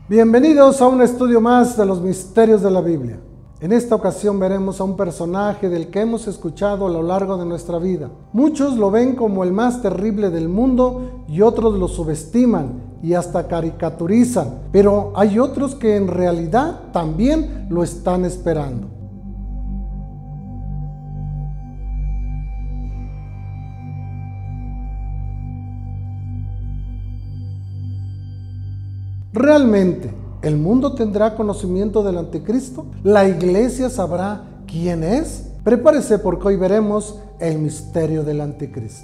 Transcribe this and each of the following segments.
Bienvenidos a un estudio más de los misterios de la Biblia. En esta ocasión veremos a un personaje del que hemos escuchado a lo largo de nuestra vida. Muchos lo ven como el más terrible del mundo y otros lo subestiman y hasta caricaturizan, pero hay otros que en realidad también lo están esperando. ¿Realmente el mundo tendrá conocimiento del anticristo? ¿La iglesia sabrá quién es? Prepárese porque hoy veremos el misterio del anticristo.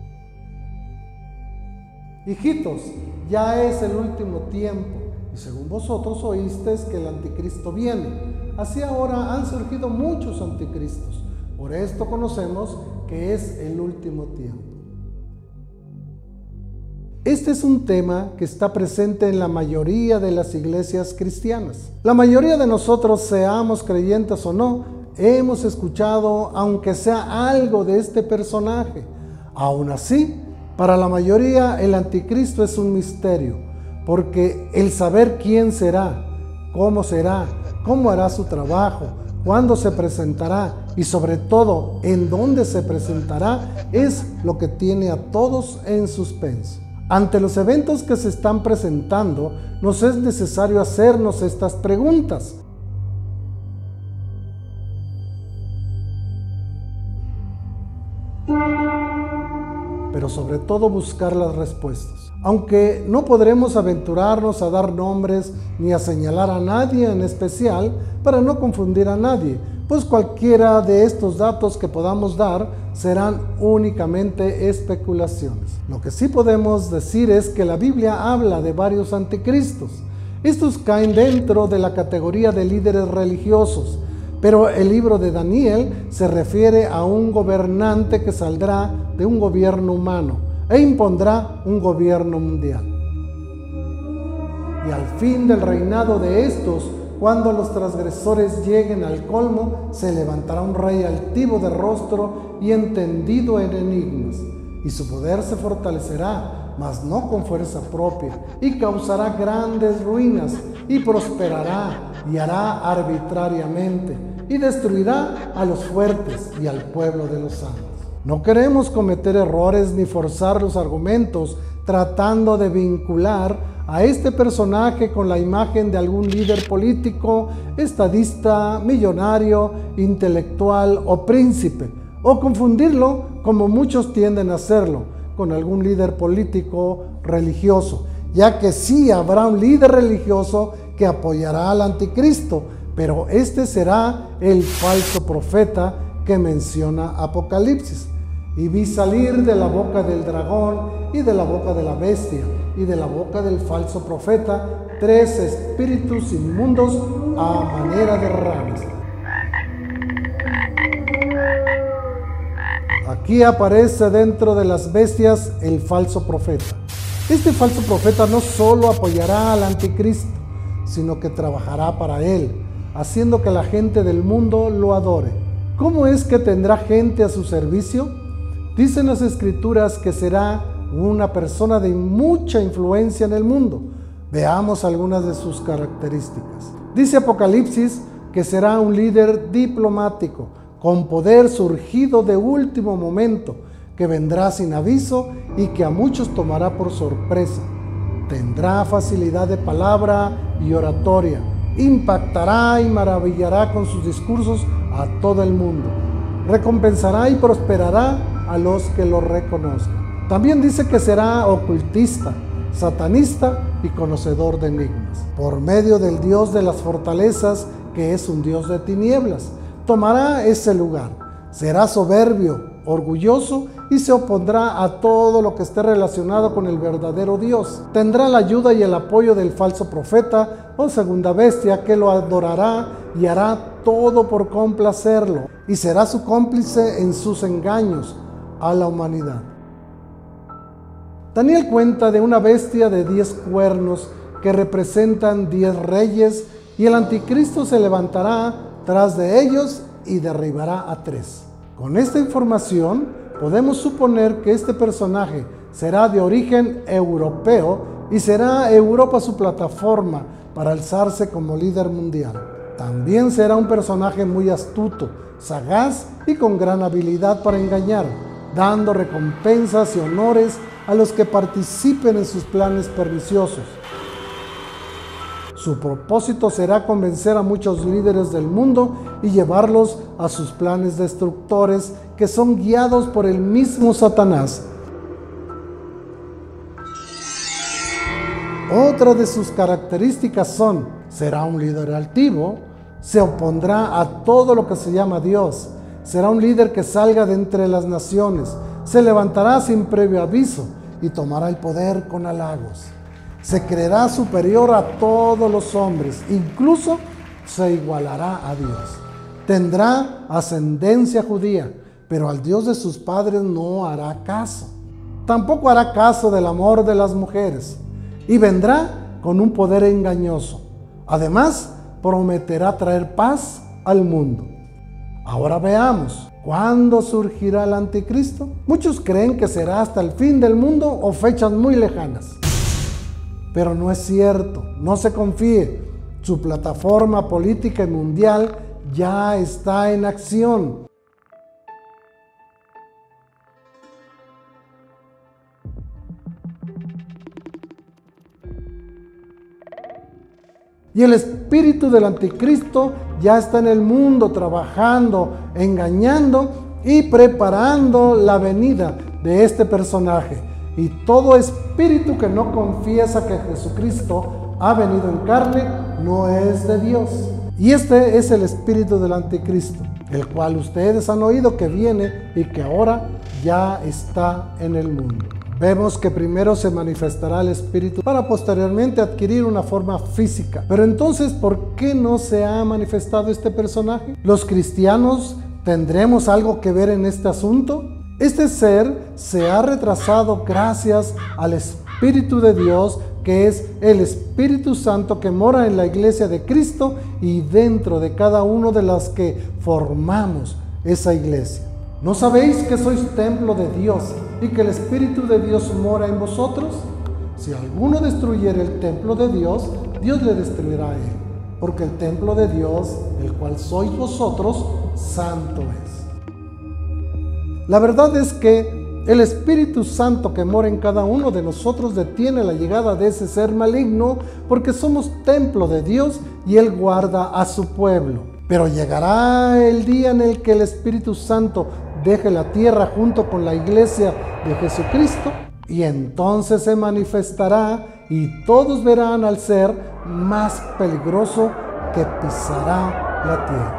Hijitos, ya es el último tiempo y según vosotros oísteis que el anticristo viene. Así ahora han surgido muchos anticristos. Por esto conocemos que es el último tiempo. Este es un tema que está presente en la mayoría de las iglesias cristianas. La mayoría de nosotros, seamos creyentes o no, hemos escuchado, aunque sea algo de este personaje. Aún así, para la mayoría el anticristo es un misterio, porque el saber quién será, cómo hará su trabajo, cuándo se presentará y sobre todo en dónde se presentará es lo que tiene a todos en suspenso. Ante los eventos que se están presentando, nos es necesario hacernos estas preguntas. Pero sobre todo buscar las respuestas. Aunque no podremos aventurarnos a dar nombres ni a señalar a nadie en especial para no confundir a nadie, pues cualquiera de estos datos que podamos dar serán únicamente especulaciones. Lo que sí podemos decir es que la Biblia habla de varios anticristos. Estos caen dentro de la categoría de líderes religiosos, pero el libro de Daniel se refiere a un gobernante que saldrá de un gobierno humano e impondrá un gobierno mundial. Y al fin del reinado de estos, cuando los transgresores lleguen al colmo, se levantará un rey altivo de rostro y entendido en enigmas, y su poder se fortalecerá, mas no con fuerza propia, y causará grandes ruinas, y prosperará, y hará arbitrariamente, y destruirá a los fuertes y al pueblo de los santos. No queremos cometer errores ni forzar los argumentos tratando de vincular a este personaje con la imagen de algún líder político, estadista, millonario, intelectual o príncipe, o confundirlo, como muchos tienden a hacerlo, con algún líder político religioso, ya que sí habrá un líder religioso que apoyará al anticristo, pero este será el falso profeta que menciona Apocalipsis. Y vi salir de la boca del dragón y de la boca de la bestia y de la boca del falso profeta 3 espíritus inmundos a manera de ranas. Aquí aparece dentro de las bestias el falso profeta. Este falso profeta no solo apoyará al anticristo, sino que trabajará para él, haciendo que la gente del mundo lo adore. ¿Cómo es que tendrá gente a su servicio? Dicen las escrituras que será una persona de mucha influencia en el mundo. Veamos algunas de sus características. Dice Apocalipsis que será un líder diplomático, con poder surgido de último momento, que vendrá sin aviso y que a muchos tomará por sorpresa. Tendrá facilidad de palabra y oratoria. Impactará y maravillará con sus discursos a todo el mundo. Recompensará y prosperará a los que lo reconozcan. También dice que será ocultista, satanista y conocedor de enigmas. Por medio del Dios de las fortalezas, que es un Dios de tinieblas, tomará ese lugar. Será soberbio, orgulloso y se opondrá a todo lo que esté relacionado con el verdadero Dios. Tendrá la ayuda y el apoyo del falso profeta o segunda bestia, que lo adorará y hará todo por complacerlo, y será su cómplice en sus engaños a la humanidad. Daniel cuenta de una bestia de 10 cuernos que representan 10 reyes, y el anticristo se levantará tras de ellos y derribará a 3. Con esta información podemos suponer que este personaje será de origen europeo y será Europa su plataforma para alzarse como líder mundial. También será un personaje muy astuto, sagaz y con gran habilidad para engañar, dando recompensas y honores a los que participen en sus planes perniciosos. Su propósito será convencer a muchos líderes del mundo y llevarlos a sus planes destructores que son guiados por el mismo Satanás. Otra de sus características será un líder altivo, se opondrá a todo lo que se llama Dios, será un líder que salga de entre las naciones, se levantará sin previo aviso y tomará el poder con halagos. Se creerá superior a todos los hombres, incluso se igualará a Dios. Tendrá ascendencia judía, pero al Dios de sus padres no hará caso. Tampoco hará caso del amor de las mujeres y vendrá con un poder engañoso. Además, prometerá traer paz al mundo. Ahora veamos, ¿cuándo surgirá el anticristo? Muchos creen que será hasta el fin del mundo o fechas muy lejanas. Pero no es cierto, no se confíe. Su plataforma política y mundial ya está en acción. Y el espíritu del anticristo ya está en el mundo trabajando, engañando y preparando la venida de este personaje. Y todo espíritu que no confiesa que Jesucristo ha venido en carne no es de Dios. Y este es el espíritu del anticristo, el cual ustedes han oído que viene y que ahora ya está en el mundo. Vemos que primero se manifestará el espíritu para posteriormente adquirir una forma física. Pero entonces, ¿por qué no se ha manifestado este personaje? ¿Los cristianos tendremos algo que ver en este asunto? Este ser se ha retrasado gracias al Espíritu de Dios, que es el Espíritu Santo que mora en la iglesia de Cristo y dentro de cada uno de los que formamos esa iglesia. ¿No sabéis que sois templo de Dios y que el Espíritu de Dios mora en vosotros? Si alguno destruyere el templo de Dios, Dios le destruirá a él, porque el templo de Dios, el cual sois vosotros, santo es. La verdad es que el Espíritu Santo que mora en cada uno de nosotros detiene la llegada de ese ser maligno, porque somos templo de Dios y Él guarda a su pueblo. Pero llegará el día en el que el Espíritu Santo deje la tierra junto con la iglesia de Jesucristo, y entonces se manifestará y todos verán al ser más peligroso que pisará la tierra.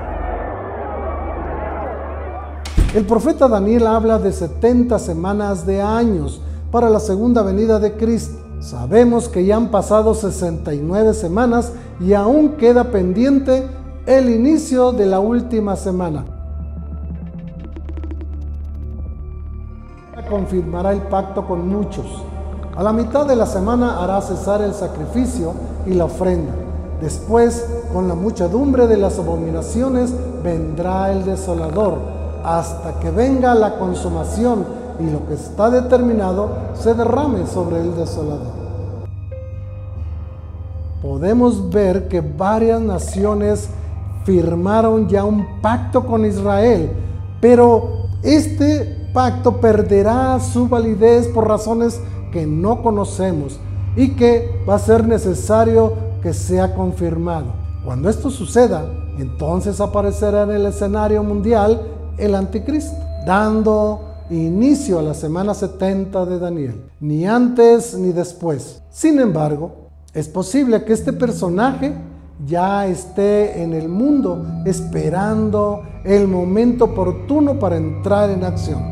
El profeta Daniel habla de 70 semanas de años para la segunda venida de Cristo. Sabemos que ya han pasado 69 semanas y aún queda pendiente el inicio de la última semana. Confirmará el pacto con muchos. A la mitad de la semana hará cesar el sacrificio y la ofrenda. Después, con la muchedumbre de las abominaciones, vendrá el desolador, hasta que venga la consumación y lo que está determinado se derrame sobre el desolador. Podemos ver que varias naciones firmaron ya un pacto con Israel, pero este pacto perderá su validez por razones que no conocemos y que va a ser necesario que sea confirmado. Cuando esto suceda, entonces aparecerá en el escenario mundial el anticristo, dando inicio a la semana 70 de Daniel, ni antes ni después. Sin embargo, es posible que este personaje ya esté en el mundo esperando el momento oportuno para entrar en acción.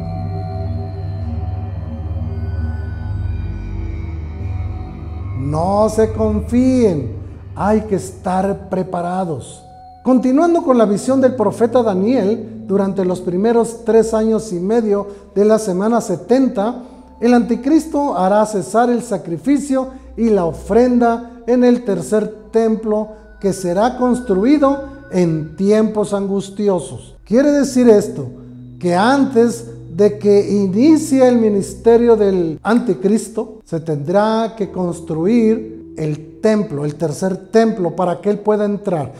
No se confíen, hay que estar preparados. Continuando con la visión del profeta Daniel, durante los primeros 3 años y medio de la semana 70, el anticristo hará cesar el sacrificio y la ofrenda en el tercer templo que será construido en tiempos angustiosos. Quiere decir esto, que antes de que inicie el ministerio del anticristo, se tendrá que construir el templo, el tercer templo, para que él pueda entrar.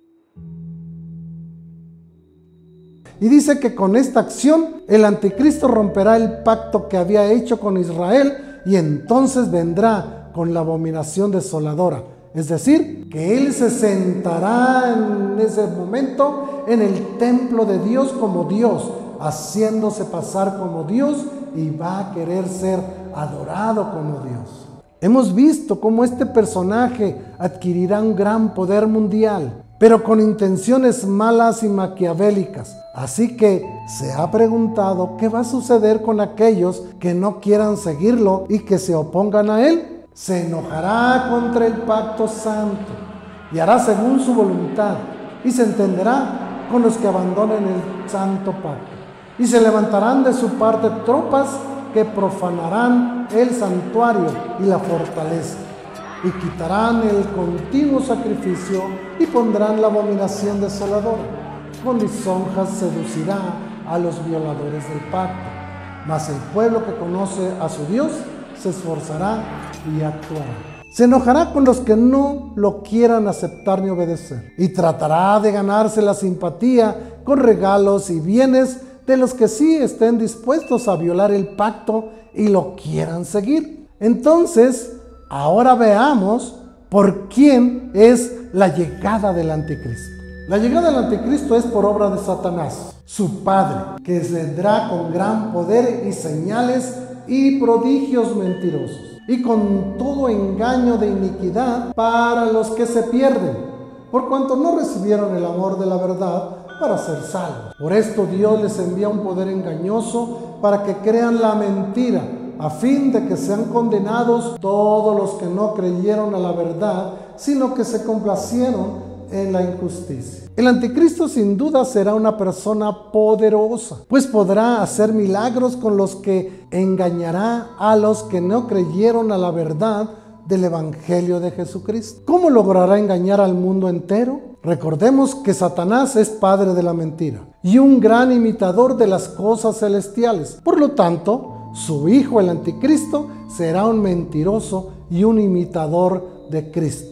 Y dice que con esta acción el anticristo romperá el pacto que había hecho con Israel y entonces vendrá con la abominación desoladora. Es decir, que él se sentará en ese momento en el templo de Dios como Dios, haciéndose pasar como Dios, y va a querer ser adorado como Dios. Hemos visto cómo este personaje adquirirá un gran poder mundial, pero con intenciones malas y maquiavélicas. Así que se ha preguntado qué va a suceder con aquellos que no quieran seguirlo y que se opongan a él. Se enojará contra el pacto santo y hará según su voluntad, y se entenderá con los que abandonen el santo pacto. Y se levantarán de su parte tropas que profanarán el santuario y la fortaleza, y quitarán el continuo sacrificio y pondrán la abominación desoladora. Con lisonjas seducirá a los violadores del pacto, mas el pueblo que conoce a su Dios se esforzará y actuará. Se enojará con los que no lo quieran aceptar ni obedecer, y tratará de ganarse la simpatía con regalos y bienes de los que sí estén dispuestos a violar el pacto y lo quieran seguir. Entonces, ahora veamos por quién es la llegada del anticristo. La llegada del anticristo es por obra de Satanás, su padre, que vendrá con gran poder y señales y prodigios mentirosos, y con todo engaño de iniquidad para los que se pierden, por cuanto no recibieron el amor de la verdad para ser salvos. Por esto Dios les envía un poder engañoso para que crean la mentira, a fin de que sean condenados todos los que no creyeron a la verdad, sino que se complacieron en la injusticia. El anticristo sin duda será una persona poderosa, pues podrá hacer milagros con los que engañará a los que no creyeron a la verdad del Evangelio de Jesucristo. ¿Cómo logrará engañar al mundo entero? Recordemos que Satanás es padre de la mentira y un gran imitador de las cosas celestiales. Por lo tanto, su hijo, el anticristo, será un mentiroso y un imitador de Cristo.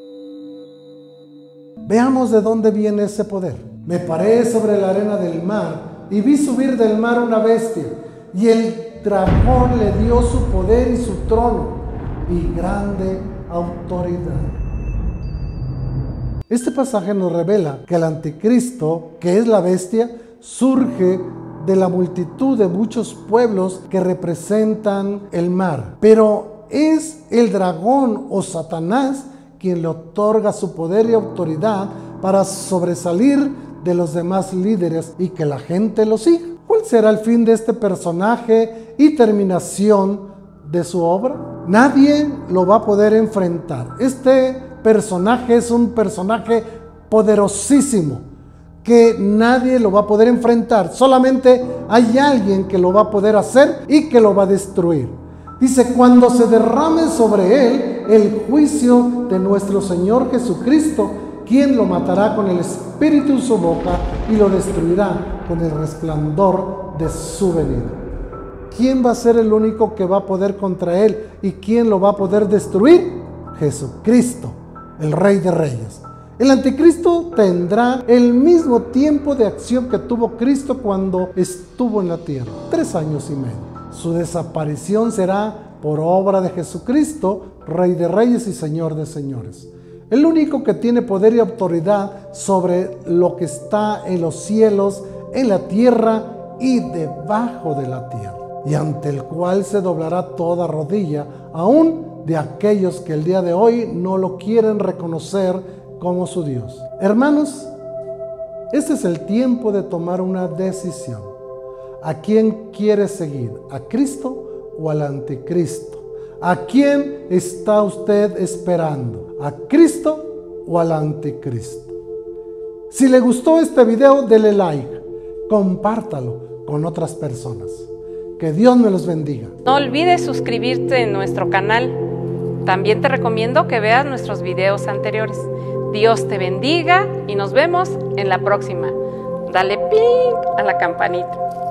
Veamos de dónde viene ese poder. Me paré sobre la arena del mar y vi subir del mar una bestia, y el dragón le dio su poder y su trono y grande autoridad. Este pasaje nos revela que el anticristo, que es la bestia, surge de la multitud de muchos pueblos que representan el mar. Pero es el dragón o Satanás quien le otorga su poder y autoridad para sobresalir de los demás líderes y que la gente lo siga. ¿Cuál será el fin de este personaje y terminación de su obra? Nadie lo va a poder enfrentar. Este personaje es un personaje poderosísimo que nadie lo va a poder enfrentar. Solamente hay alguien que lo va a poder hacer y que lo va a destruir. Dice, cuando se derrame sobre él el juicio de nuestro Señor Jesucristo, quien lo matará con el espíritu en su boca y lo destruirá con el resplandor de su venida. ¿Quién va a ser el único que va a poder contra él y quién lo va a poder destruir? Jesucristo, el Rey de Reyes. El anticristo tendrá el mismo tiempo de acción que tuvo Cristo cuando estuvo en la tierra, 3 años y medio. Su desaparición será por obra de Jesucristo, Rey de Reyes y Señor de Señores. El único que tiene poder y autoridad sobre lo que está en los cielos, en la tierra y debajo de la tierra, y ante el cual se doblará toda rodilla, aún de aquellos que el día de hoy no lo quieren reconocer como su Dios. Hermanos, este es el tiempo de tomar una decisión. ¿A quién quiere seguir? ¿A Cristo o al anticristo? ¿A quién está usted esperando? ¿A Cristo o al anticristo? Si le gustó este video, dele like, compártalo con otras personas. Que Dios me los bendiga. No olvides suscribirte en nuestro canal. También te recomiendo que veas nuestros videos anteriores. Dios te bendiga y nos vemos en la próxima. Dale ping a la campanita.